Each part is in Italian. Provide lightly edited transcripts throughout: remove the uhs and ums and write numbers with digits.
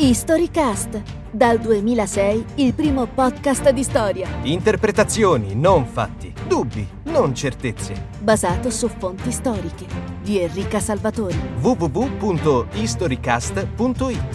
Historycast, dal 2006 il primo podcast di storia. Interpretazioni, non fatti. Dubbi, non certezze. Basato su fonti storiche. Di Enrica Salvatori. www.historycast.it.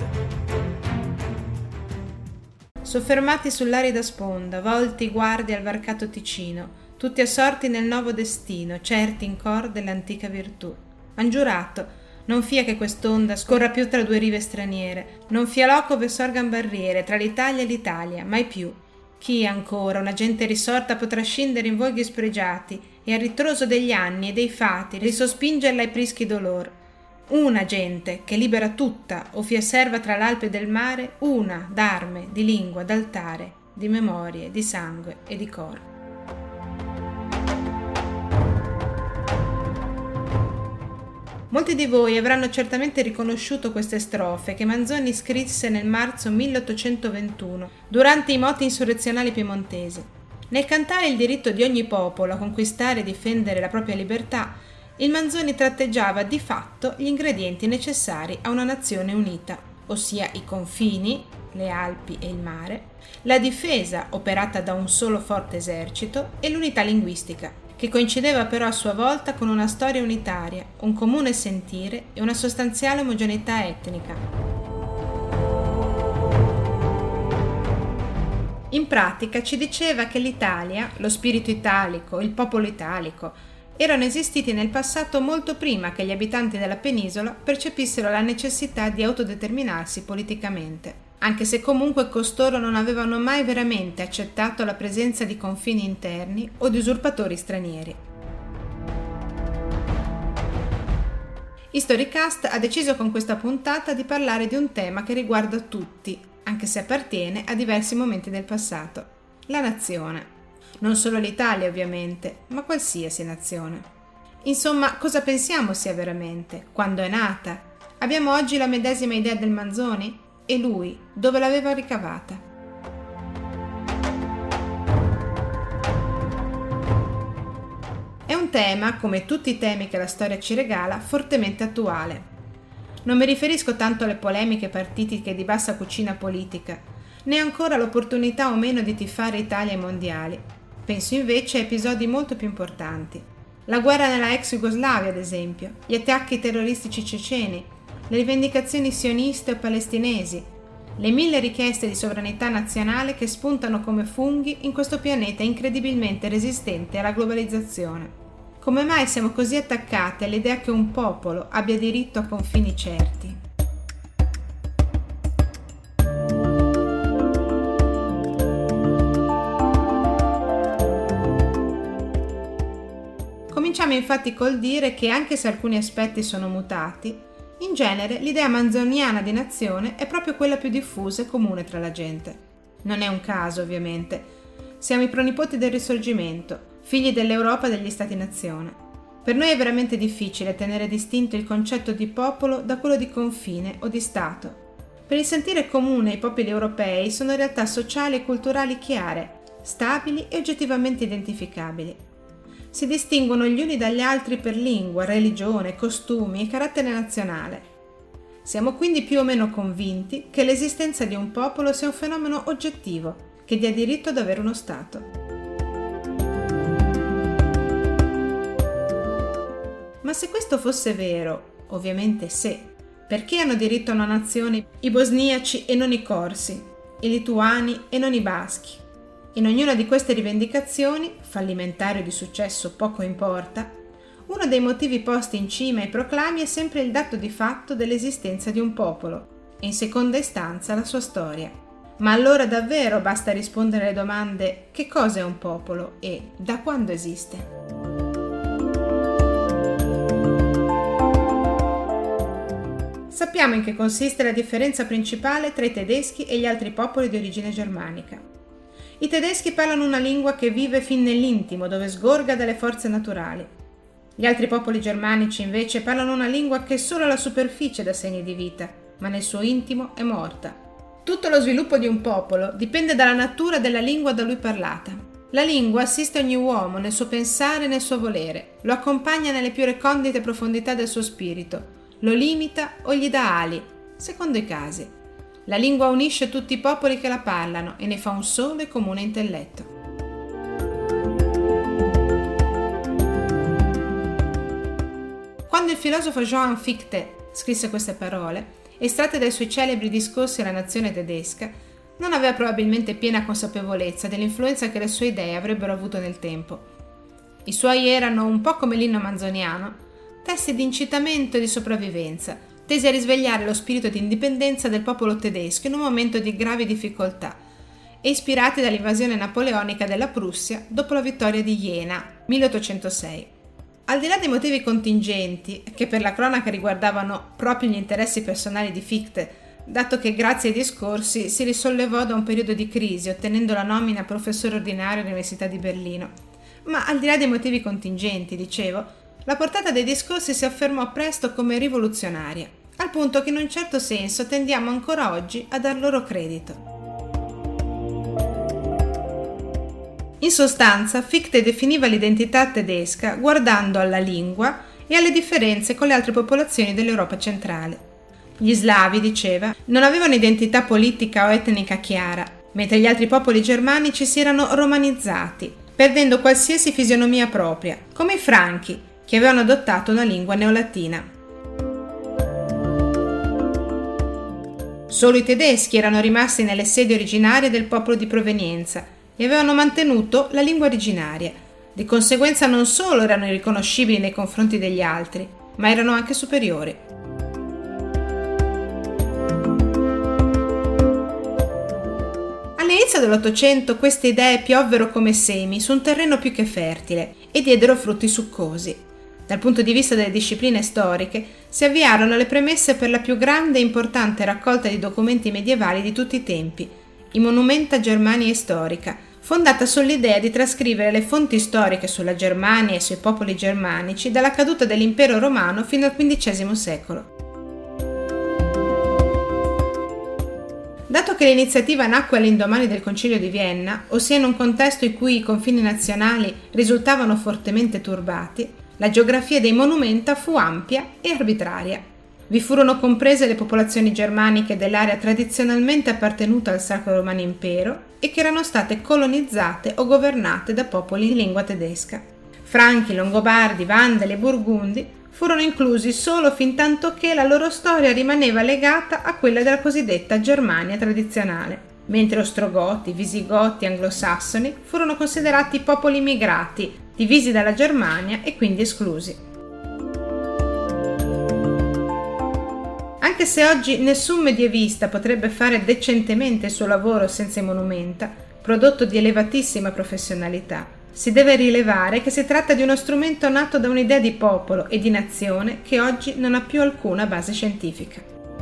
Soffermati sull'arida sponda, volti guardi al varcato Ticino, tutti assorti nel nuovo destino, certi in cor dell'antica virtù. Han giurato, non fia che quest'onda scorra più tra due rive straniere, non fia loco ve sorgan barriere tra l'Italia e l'Italia, mai più. Chi ancora, una gente risorta, potrà scendere in voghi spregiati e a ritroso degli anni e dei fati risospingerla ai prischi dolor. Una gente che libera tutta o fia serva tra l'Alpe e del mare, una d'arme, di lingua, d'altare, di memorie, di sangue e di cor. Molti di voi avranno certamente riconosciuto queste strofe che Manzoni scrisse nel marzo 1821 durante i moti insurrezionali piemontesi. Nel cantare il diritto di ogni popolo a conquistare e difendere la propria libertà, il Manzoni tratteggiava di fatto gli ingredienti necessari a una nazione unita, ossia i confini, le Alpi e il mare, la difesa operata da un solo forte esercito e l'unità linguistica, che coincideva però a sua volta con una storia unitaria, un comune sentire e una sostanziale omogeneità etnica. In pratica ci diceva che l'Italia, lo spirito italico, il popolo italico, erano esistiti nel passato molto prima che gli abitanti della penisola percepissero la necessità di autodeterminarsi politicamente, anche se comunque costoro non avevano mai veramente accettato la presenza di confini interni o di usurpatori stranieri. Historycast ha deciso con questa puntata di parlare di un tema che riguarda tutti, anche se appartiene a diversi momenti del passato: la nazione. Non solo l'Italia, ovviamente, ma qualsiasi nazione. Insomma, cosa pensiamo sia veramente? Quando è nata? Abbiamo oggi la medesima idea del Manzoni? E lui, dove l'aveva ricavata? È un tema, come tutti i temi che la storia ci regala, fortemente attuale. Non mi riferisco tanto alle polemiche partitiche di bassa cucina politica, né ancora all'opportunità o meno di tifare Italia ai mondiali. Penso invece a episodi molto più importanti. La guerra nella ex Jugoslavia, ad esempio, gli attacchi terroristici ceceni, le rivendicazioni sioniste o palestinesi, le 1000 richieste di sovranità nazionale che spuntano come funghi in questo pianeta incredibilmente resistente alla globalizzazione. Come mai siamo così attaccati all'idea che un popolo abbia diritto a confini certi? Cominciamo infatti col dire che anche se alcuni aspetti sono mutati, in genere l'idea manzoniana di nazione è proprio quella più diffusa e comune tra la gente. Non è un caso, ovviamente. Siamo i pronipoti del Risorgimento, figli dell'Europa e degli Stati-nazione. Per noi è veramente difficile tenere distinto il concetto di popolo da quello di confine o di Stato. Per il sentire comune i popoli europei sono realtà sociali e culturali chiare, stabili e oggettivamente identificabili. Si distinguono gli uni dagli altri per lingua, religione, costumi e carattere nazionale. Siamo quindi più o meno convinti che l'esistenza di un popolo sia un fenomeno oggettivo, che dia diritto ad avere uno Stato. Ma se questo fosse vero, ovviamente se, perché hanno diritto a una nazione i bosniaci e non i corsi, i lituani e non i baschi? In ognuna di queste rivendicazioni, fallimentare o di successo poco importa, uno dei motivi posti in cima ai proclami è sempre il dato di fatto dell'esistenza di un popolo e in seconda istanza la sua storia. Ma allora davvero basta rispondere alle domande: che cosa è un popolo e da quando esiste? Sappiamo in che consiste la differenza principale tra i tedeschi e gli altri popoli di origine germanica. I tedeschi parlano una lingua che vive fin nell'intimo, dove sgorga dalle forze naturali. Gli altri popoli germanici invece parlano una lingua che solo alla superficie dà segni di vita, ma nel suo intimo è morta. Tutto lo sviluppo di un popolo dipende dalla natura della lingua da lui parlata. La lingua assiste ogni uomo nel suo pensare e nel suo volere, lo accompagna nelle più recondite profondità del suo spirito, lo limita o gli dà ali, secondo i casi. La lingua unisce tutti i popoli che la parlano e ne fa un solo e comune intelletto. Quando il filosofo Johann Fichte scrisse queste parole, estratte dai suoi celebri discorsi alla nazione tedesca, non aveva probabilmente piena consapevolezza dell'influenza che le sue idee avrebbero avuto nel tempo. I suoi erano, un po' come l'inno manzoniano, testi di incitamento e di sopravvivenza, tesi a risvegliare lo spirito di indipendenza del popolo tedesco in un momento di gravi difficoltà, e ispirati dall'invasione napoleonica della Prussia dopo la vittoria di Jena, 1806. Al di là dei motivi contingenti, che per la cronaca riguardavano proprio gli interessi personali di Fichte, dato che grazie ai discorsi si risollevò da un periodo di crisi ottenendo la nomina professore ordinario all'Università di Berlino. Ma al di là dei motivi contingenti, dicevo, la portata dei discorsi si affermò presto come rivoluzionaria, al punto che in un certo senso tendiamo ancora oggi a dar loro credito. In sostanza, Fichte definiva l'identità tedesca guardando alla lingua e alle differenze con le altre popolazioni dell'Europa centrale. Gli slavi, diceva, non avevano identità politica o etnica chiara, mentre gli altri popoli germanici si erano romanizzati, perdendo qualsiasi fisionomia propria, come i franchi, che avevano adottato una lingua neolatina. Solo i tedeschi erano rimasti nelle sedi originarie del popolo di provenienza e avevano mantenuto la lingua originaria. Di conseguenza non solo erano irriconoscibili nei confronti degli altri, ma erano anche superiori. All'inizio dell'Ottocento queste idee piovvero come semi su un terreno più che fertile e diedero frutti succosi. Dal punto di vista delle discipline storiche si avviarono le premesse per la più grande e importante raccolta di documenti medievali di tutti i tempi, i Monumenta Germaniae Historica, fondata sull'idea di trascrivere le fonti storiche sulla Germania e sui popoli germanici dalla caduta dell'impero romano fino al XV secolo. Dato che l'iniziativa nacque all'indomani del Concilio di Vienna, ossia in un contesto in cui i confini nazionali risultavano fortemente turbati, la geografia dei monumenta fu ampia e arbitraria. Vi furono comprese le popolazioni germaniche dell'area tradizionalmente appartenuta al Sacro Romano Impero e che erano state colonizzate o governate da popoli in lingua tedesca. Franchi, Longobardi, Vandali e Burgundi furono inclusi solo fintanto che la loro storia rimaneva legata a quella della cosiddetta Germania tradizionale, mentre Ostrogoti, Visigoti e Anglosassoni furono considerati popoli migrati, divisi dalla Germania e quindi esclusi. Anche se oggi nessun medievista potrebbe fare decentemente il suo lavoro senza i monumenta, prodotto di elevatissima professionalità, si deve rilevare che si tratta di uno strumento nato da un'idea di popolo e di nazione che oggi non ha più alcuna base scientifica.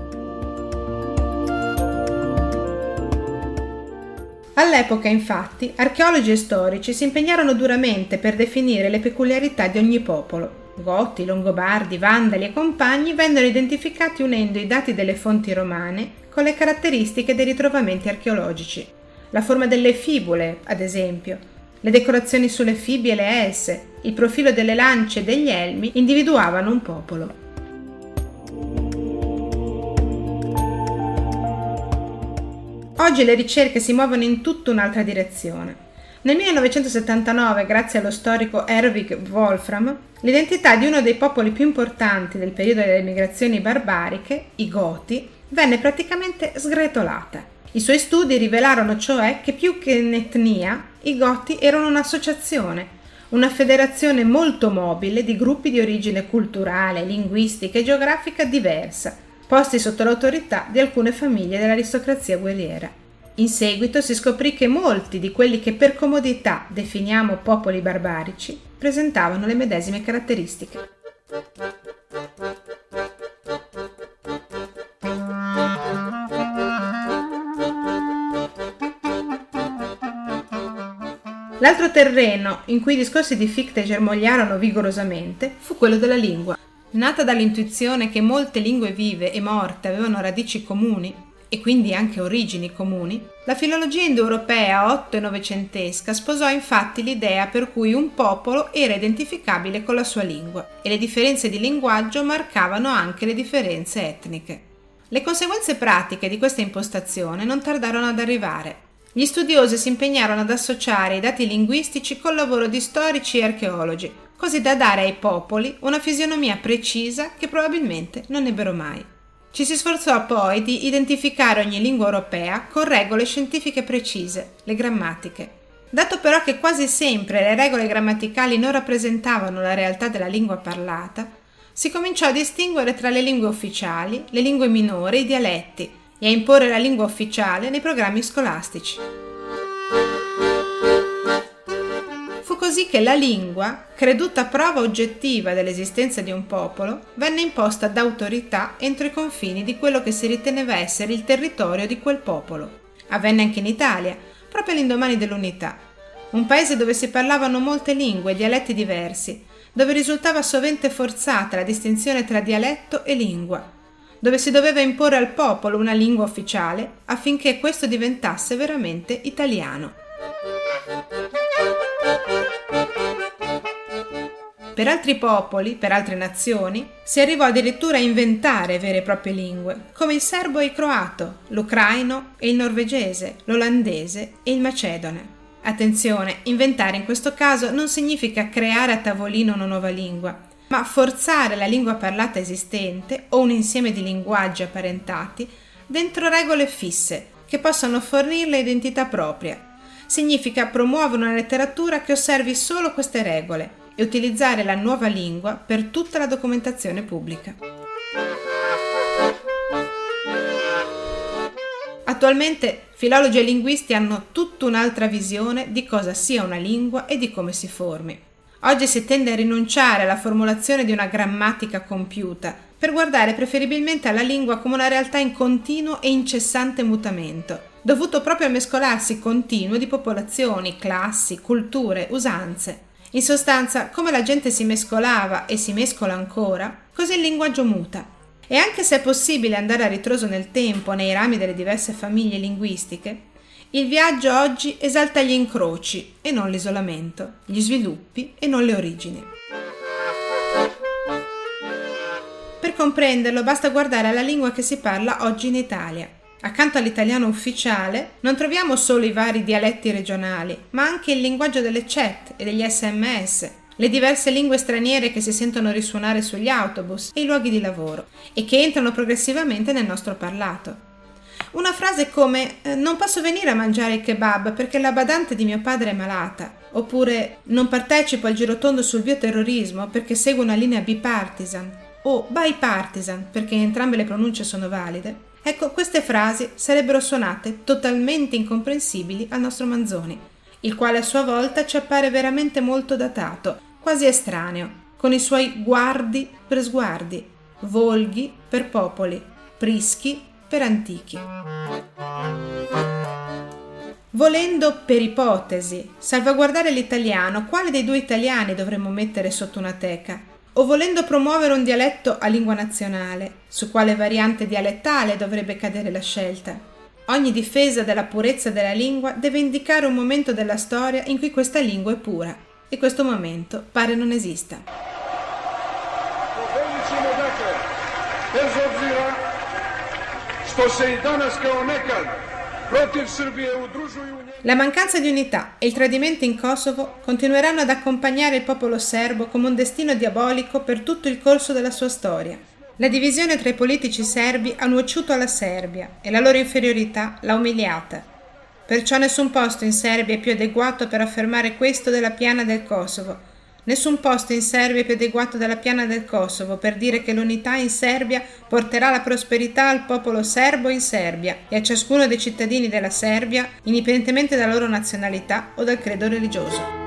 All'epoca, infatti, archeologi e storici si impegnarono duramente per definire le peculiarità di ogni popolo. Goti, Longobardi, Vandali e compagni vennero identificati unendo i dati delle fonti romane con le caratteristiche dei ritrovamenti archeologici. La forma delle fibule, ad esempio, le decorazioni sulle fibbie e le esse, il profilo delle lance e degli elmi individuavano un popolo. Oggi le ricerche si muovono in tutta un'altra direzione. Nel 1979, grazie allo storico Erwin Wolfram, l'identità di uno dei popoli più importanti del periodo delle migrazioni barbariche, i Goti, venne praticamente sgretolata. I suoi studi rivelarono cioè che più che un'etnia, i Goti erano un'associazione, una federazione molto mobile di gruppi di origine culturale, linguistica e geografica diversa, posti sotto l'autorità di alcune famiglie dell'aristocrazia guerriera. In seguito si scoprì che molti di quelli che per comodità definiamo popoli barbarici presentavano le medesime caratteristiche. L'altro terreno in cui i discorsi di Fichte germogliarono vigorosamente fu quello della lingua. Nata dall'intuizione che molte lingue vive e morte avevano radici comuni e quindi anche origini comuni, la filologia indoeuropea otto- e novecentesca sposò infatti l'idea per cui un popolo era identificabile con la sua lingua e le differenze di linguaggio marcavano anche le differenze etniche. Le conseguenze pratiche di questa impostazione non tardarono ad arrivare. Gli studiosi si impegnarono ad associare i dati linguistici col lavoro di storici e archeologi, così da dare ai popoli una fisionomia precisa che probabilmente non ebbero mai. Ci si sforzò poi di identificare ogni lingua europea con regole scientifiche precise, le grammatiche. Dato però che quasi sempre le regole grammaticali non rappresentavano la realtà della lingua parlata, si cominciò a distinguere tra le lingue ufficiali, le lingue minori e i dialetti, e a imporre la lingua ufficiale nei programmi scolastici. Fu così che la lingua, creduta prova oggettiva dell'esistenza di un popolo, venne imposta da autorità entro i confini di quello che si riteneva essere il territorio di quel popolo. Avvenne anche in Italia, proprio all'indomani dell'unità, un paese dove si parlavano molte lingue e dialetti diversi, dove risultava sovente forzata la distinzione tra dialetto e lingua, dove si doveva imporre al popolo una lingua ufficiale affinché questo diventasse veramente italiano. Per altri popoli, per altre nazioni, si arrivò addirittura a inventare vere e proprie lingue, come il serbo e il croato, l'ucraino e il norvegese, l'olandese e il macedone. Attenzione, inventare in questo caso non significa creare a tavolino una nuova lingua, ma forzare la lingua parlata esistente o un insieme di linguaggi apparentati dentro regole fisse che possano fornirle identità propria. Significa promuovere una letteratura che osservi solo queste regole e utilizzare la nuova lingua per tutta la documentazione pubblica. Attualmente filologi e linguisti hanno tutta un'altra visione di cosa sia una lingua e di come si formi. Oggi si tende a rinunciare alla formulazione di una grammatica compiuta per guardare preferibilmente alla lingua come una realtà in continuo e incessante mutamento, dovuto proprio al mescolarsi continuo di popolazioni, classi, culture, usanze. In sostanza, come la gente si mescolava e si mescola ancora, così il linguaggio muta. E anche se è possibile andare a ritroso nel tempo nei rami delle diverse famiglie linguistiche, il viaggio oggi esalta gli incroci e non l'isolamento, gli sviluppi e non le origini. Per comprenderlo basta guardare alla lingua che si parla oggi in Italia. Accanto all'italiano ufficiale non troviamo solo i vari dialetti regionali, ma anche il linguaggio delle chat e degli SMS, le diverse lingue straniere che si sentono risuonare sugli autobus e i luoghi di lavoro e che entrano progressivamente nel nostro parlato. Una frase come «non posso venire a mangiare il kebab perché la badante di mio padre è malata», oppure «non partecipo al girotondo sul bioterrorismo perché seguo una linea bipartisan» o «bipartisan» perché entrambe le pronunce sono valide. Ecco, queste frasi sarebbero suonate totalmente incomprensibili al nostro Manzoni, il quale a sua volta ci appare veramente molto datato, quasi estraneo, con i suoi guardi per sguardi, volghi per popoli, prischi per antichi. Volendo, per ipotesi, salvaguardare l'italiano, quale dei due italiani dovremmo mettere sotto una teca? O volendo promuovere un dialetto a lingua nazionale, su quale variante dialettale dovrebbe cadere la scelta? Ogni difesa della purezza della lingua deve indicare un momento della storia in cui questa lingua è pura, e questo momento pare non esista. La mancanza di unità e il tradimento in Kosovo continueranno ad accompagnare il popolo serbo come un destino diabolico per tutto il corso della sua storia. La divisione tra i politici serbi ha nuociuto alla Serbia e la loro inferiorità l'ha umiliata. Perciò nessun posto in Serbia è più adeguato per affermare questo della piana del Kosovo. Nessun posto in Serbia è più adeguato della piana del Kosovo per dire che l'unità in Serbia porterà la prosperità al popolo serbo in Serbia e a ciascuno dei cittadini della Serbia, indipendentemente dalla loro nazionalità o dal credo religioso.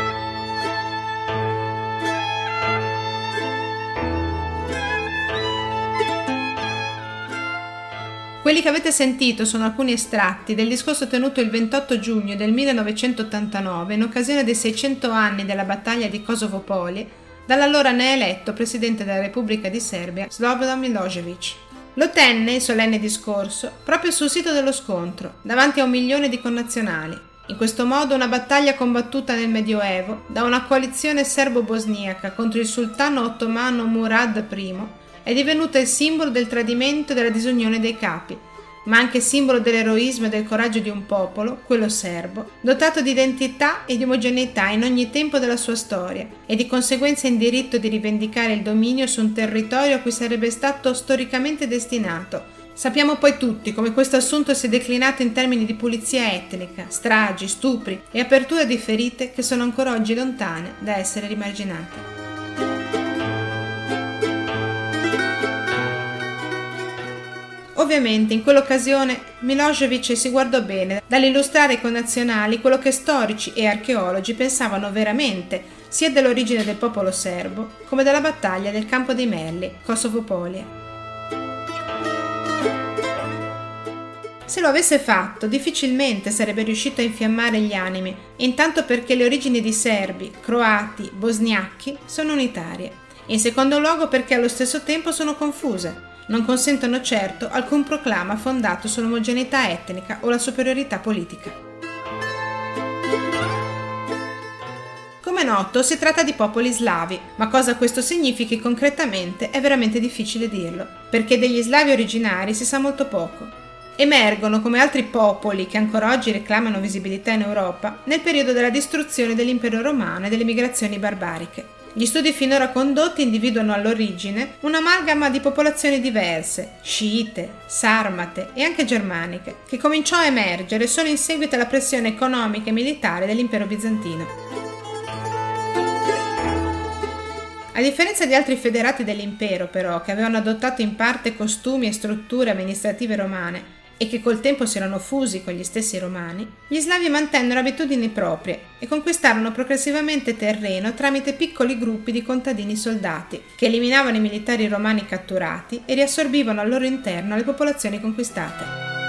Quelli che avete sentito sono alcuni estratti del discorso tenuto il 28 giugno del 1989 in occasione dei 600 anni della battaglia di Kosovo Poli dall'allora neeletto presidente della Repubblica di Serbia Slobodan Milošević. Lo tenne il solenne discorso proprio sul sito dello scontro, davanti a 1 milione di connazionali. In questo modo una battaglia combattuta nel Medioevo da una coalizione serbo-bosniaca contro il sultano ottomano Murad I è divenuta il simbolo del tradimento e della disunione dei capi, ma anche simbolo dell'eroismo e del coraggio di un popolo, quello serbo, dotato di identità e di omogeneità in ogni tempo della sua storia e di conseguenza in diritto di rivendicare il dominio su un territorio a cui sarebbe stato storicamente destinato. Sappiamo poi tutti come questo assunto si è declinato in termini di pulizia etnica, stragi, stupri e apertura di ferite che sono ancora oggi lontane da essere rimarginate. Ovviamente in quell'occasione Milošević si guardò bene dall'illustrare ai connazionali quello che storici e archeologi pensavano veramente sia dell'origine del popolo serbo come della battaglia del Campo dei Merli, Kosovo Polje. Se lo avesse fatto, difficilmente sarebbe riuscito a infiammare gli animi, intanto perché le origini di serbi, croati, bosniachi sono unitarie, e in secondo luogo perché allo stesso tempo sono confuse. Non consentono certo alcun proclama fondato sull'omogeneità etnica o la superiorità politica. Come è noto, si tratta di popoli slavi, ma cosa questo significhi concretamente è veramente difficile dirlo, perché degli slavi originari si sa molto poco. Emergono come altri popoli che ancora oggi reclamano visibilità in Europa nel periodo della distruzione dell'impero romano e delle migrazioni barbariche. Gli studi finora condotti individuano all'origine un'amalgama di popolazioni diverse, sciite, sarmate e anche germaniche, che cominciò a emergere solo in seguito alla pressione economica e militare dell'impero bizantino. A differenza di altri federati dell'impero, però, che avevano adottato in parte costumi e strutture amministrative romane e che col tempo si erano fusi con gli stessi romani, gli slavi mantennero abitudini proprie e conquistarono progressivamente terreno tramite piccoli gruppi di contadini soldati che eliminavano i militari romani catturati e riassorbivano al loro interno le popolazioni conquistate.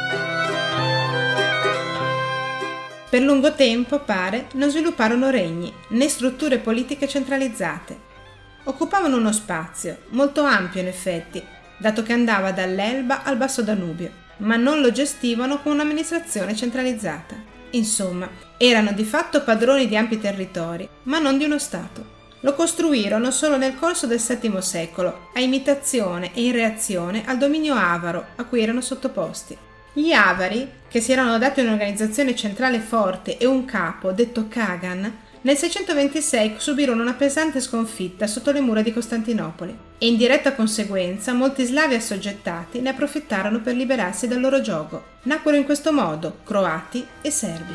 Per lungo tempo, pare, non svilupparono regni né strutture politiche centralizzate. Occupavano uno spazio, molto ampio in effetti, dato che andava dall'Elba al Basso Danubio, ma non lo gestivano con un'amministrazione centralizzata. Insomma, erano di fatto padroni di ampi territori, ma non di uno Stato. Lo costruirono solo nel corso del VII secolo, a imitazione e in reazione al dominio avaro a cui erano sottoposti. Gli avari, che si erano dati un'organizzazione centrale forte e un capo, detto Kagan, nel 626 subirono una pesante sconfitta sotto le mura di Costantinopoli e in diretta conseguenza molti slavi assoggettati ne approfittarono per liberarsi dal loro giogo. Nacquero in questo modo croati e serbi.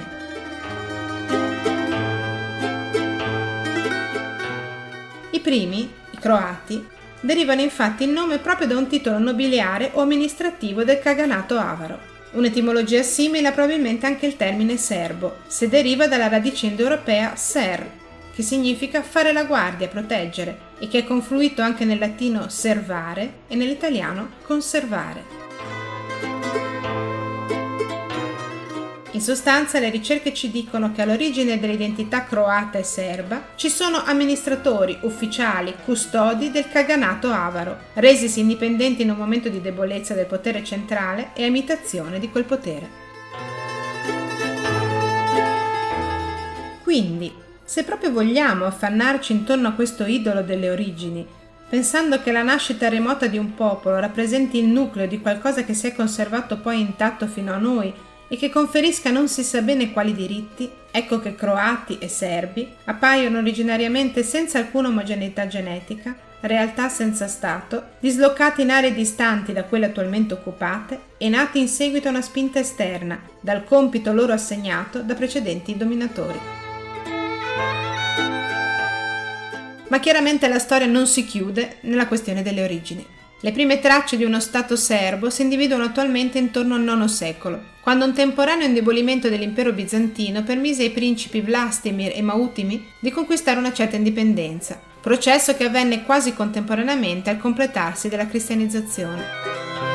I primi, i croati, derivano infatti il nome proprio da un titolo nobiliare o amministrativo del Kaganato avaro. Un'etimologia simile ha probabilmente anche il termine serbo, se deriva dalla radice indoeuropea ser, che significa fare la guardia, proteggere, e che è confluito anche nel latino servare e nell'italiano conservare. In sostanza, le ricerche ci dicono che all'origine dell'identità croata e serba ci sono amministratori, ufficiali, custodi del Kaganato avaro, resisi indipendenti in un momento di debolezza del potere centrale e a imitazione di quel potere. Quindi, se proprio vogliamo affannarci intorno a questo idolo delle origini, pensando che la nascita remota di un popolo rappresenti il nucleo di qualcosa che si è conservato poi intatto fino a noi, e che conferisca non si sa bene quali diritti, ecco che croati e serbi appaiono originariamente senza alcuna omogeneità genetica, realtà senza Stato, dislocati in aree distanti da quelle attualmente occupate e nati in seguito a una spinta esterna, dal compito loro assegnato da precedenti dominatori. Ma chiaramente la storia non si chiude nella questione delle origini. Le prime tracce di uno Stato serbo si individuano attualmente intorno al IX secolo, quando un temporaneo indebolimento dell'impero bizantino permise ai principi Vlastimir e Mautimi di conquistare una certa indipendenza, processo che avvenne quasi contemporaneamente al completarsi della cristianizzazione.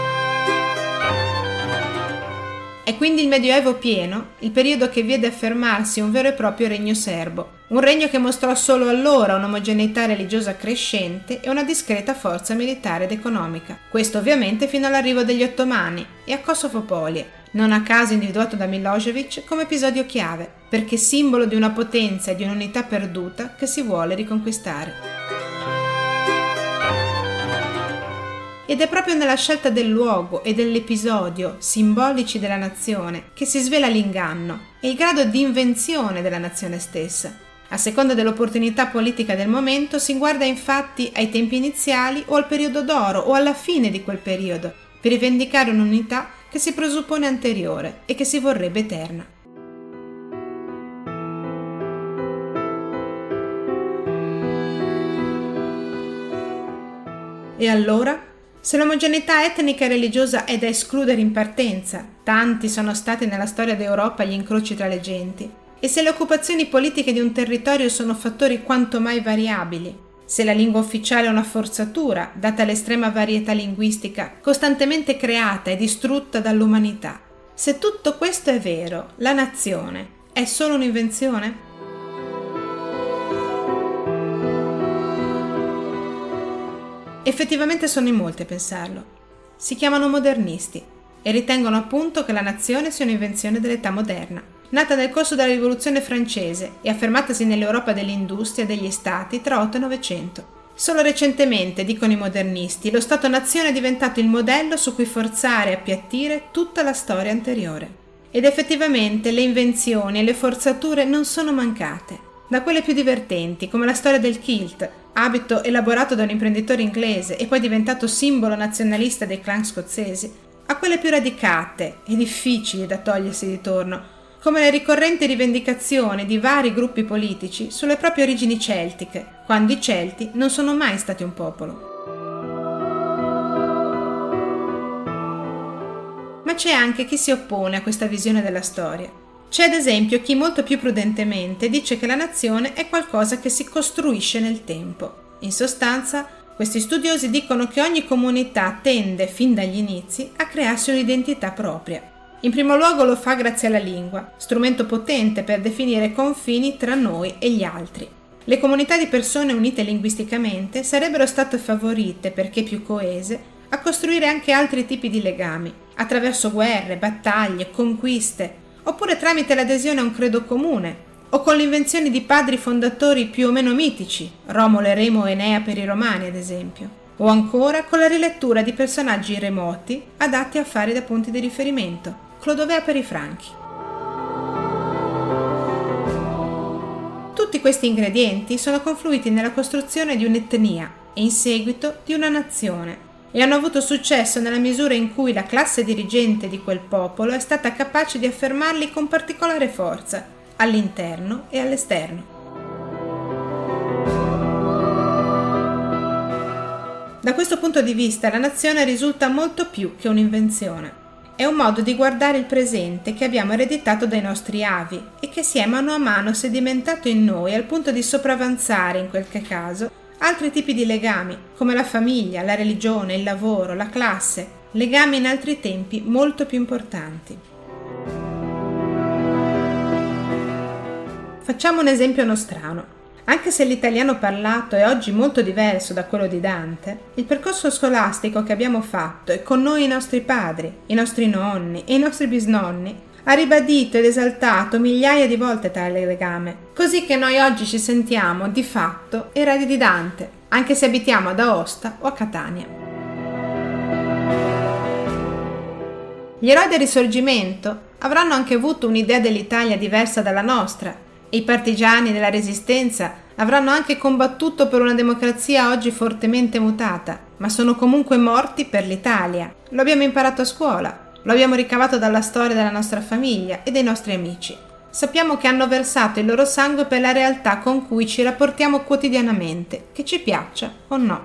È quindi il Medioevo pieno, il periodo che vide affermarsi un vero e proprio regno serbo, un regno che mostrò solo allora un'omogeneità religiosa crescente e una discreta forza militare ed economica. Questo ovviamente fino all'arrivo degli Ottomani e a Kosovo Polje, non a caso individuato da Milošević come episodio chiave, perché simbolo di una potenza e di un'unità perduta che si vuole riconquistare. Ed è proprio nella scelta del luogo e dell'episodio simbolici della nazione che si svela l'inganno e il grado di invenzione della nazione stessa. A seconda dell'opportunità politica del momento si guarda infatti ai tempi iniziali o al periodo d'oro o alla fine di quel periodo per rivendicare un'unità che si presuppone anteriore e che si vorrebbe eterna. E allora? Se l'omogeneità etnica e religiosa è da escludere in partenza, tanti sono stati nella storia d'Europa gli incroci tra le genti, e se le occupazioni politiche di un territorio sono fattori quanto mai variabili, se la lingua ufficiale è una forzatura, data l'estrema varietà linguistica costantemente creata e distrutta dall'umanità, se tutto questo è vero, la nazione è solo un'invenzione? Effettivamente sono in molti a pensarlo. Si chiamano modernisti e ritengono appunto che la nazione sia un'invenzione dell'età moderna, nata nel corso della Rivoluzione francese e affermatasi nell'Europa dell'industria e degli stati tra 8 e 900. Solo recentemente, dicono i modernisti, lo Stato-nazione è diventato il modello su cui forzare e appiattire tutta la storia anteriore. Ed effettivamente le invenzioni e le forzature non sono mancate. Da quelle più divertenti, come la storia del kilt, abito elaborato da un imprenditore inglese e poi diventato simbolo nazionalista dei clan scozzesi, a quelle più radicate e difficili da togliersi di torno, come le ricorrenti rivendicazioni di vari gruppi politici sulle proprie origini celtiche, quando i Celti non sono mai stati un popolo. Ma c'è anche chi si oppone a questa visione della storia. C'è ad esempio chi molto più prudentemente dice che la nazione è qualcosa che si costruisce nel tempo. In sostanza, questi studiosi dicono che ogni comunità tende, fin dagli inizi, a crearsi un'identità propria. In primo luogo lo fa grazie alla lingua, strumento potente per definire confini tra noi e gli altri. Le comunità di persone unite linguisticamente sarebbero state favorite, perché più coese, a costruire anche altri tipi di legami, attraverso guerre, battaglie, conquiste, oppure tramite l'adesione a un credo comune, o con l'invenzione di padri fondatori più o meno mitici, Romolo e Remo e Enea per i Romani ad esempio, o ancora con la rilettura di personaggi remoti adatti a fare da punti di riferimento, Clodovea per i Franchi. Tutti questi ingredienti sono confluiti nella costruzione di un'etnia e in seguito di una nazione, e hanno avuto successo nella misura in cui la classe dirigente di quel popolo è stata capace di affermarli con particolare forza, all'interno e all'esterno. Da questo punto di vista la nazione risulta molto più che un'invenzione. È un modo di guardare il presente che abbiamo ereditato dai nostri avi e che si è mano a mano sedimentato in noi al punto di sopravanzare, in quel caso, altri tipi di legami, come la famiglia, la religione, il lavoro, la classe, legami in altri tempi molto più importanti. Facciamo un esempio nostrano. Anche se l'italiano parlato è oggi molto diverso da quello di Dante, il percorso scolastico che abbiamo fatto e con noi i nostri padri, i nostri nonni e i nostri bisnonni ha ribadito ed esaltato migliaia di volte tale legame, così che noi oggi ci sentiamo di fatto eredi di Dante, anche se abitiamo ad Aosta o a Catania. Gli eroi del Risorgimento avranno anche avuto un'idea dell'Italia diversa dalla nostra, e i partigiani della Resistenza avranno anche combattuto per una democrazia oggi fortemente mutata, ma sono comunque morti per l'Italia. Lo abbiamo imparato a scuola, lo abbiamo ricavato dalla storia della nostra famiglia e dei nostri amici. Sappiamo che hanno versato il loro sangue per la realtà con cui ci rapportiamo quotidianamente, che ci piaccia o no.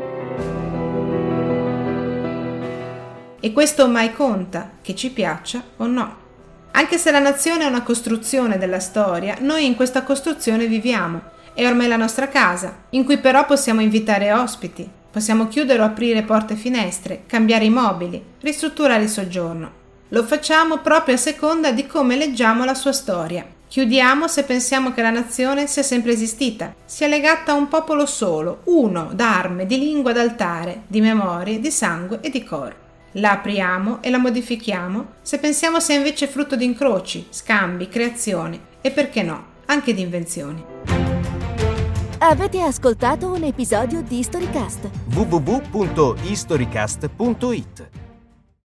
E questo mai conta, che ci piaccia o no. Anche se la nazione è una costruzione della storia, noi in questa costruzione viviamo. È ormai la nostra casa, in cui però possiamo invitare ospiti, possiamo chiudere o aprire porte e finestre, cambiare i mobili, ristrutturare il soggiorno. Lo facciamo proprio a seconda di come leggiamo la sua storia. Chiudiamo se pensiamo che la nazione sia sempre esistita, sia legata a un popolo solo, uno, d'arme, di lingua, d'altare, di memorie, di sangue e di cor. La apriamo e la modifichiamo se pensiamo sia invece frutto di incroci, scambi, creazioni e, perché no, anche di invenzioni. Avete ascoltato un episodio di Historycast. www.historycast.it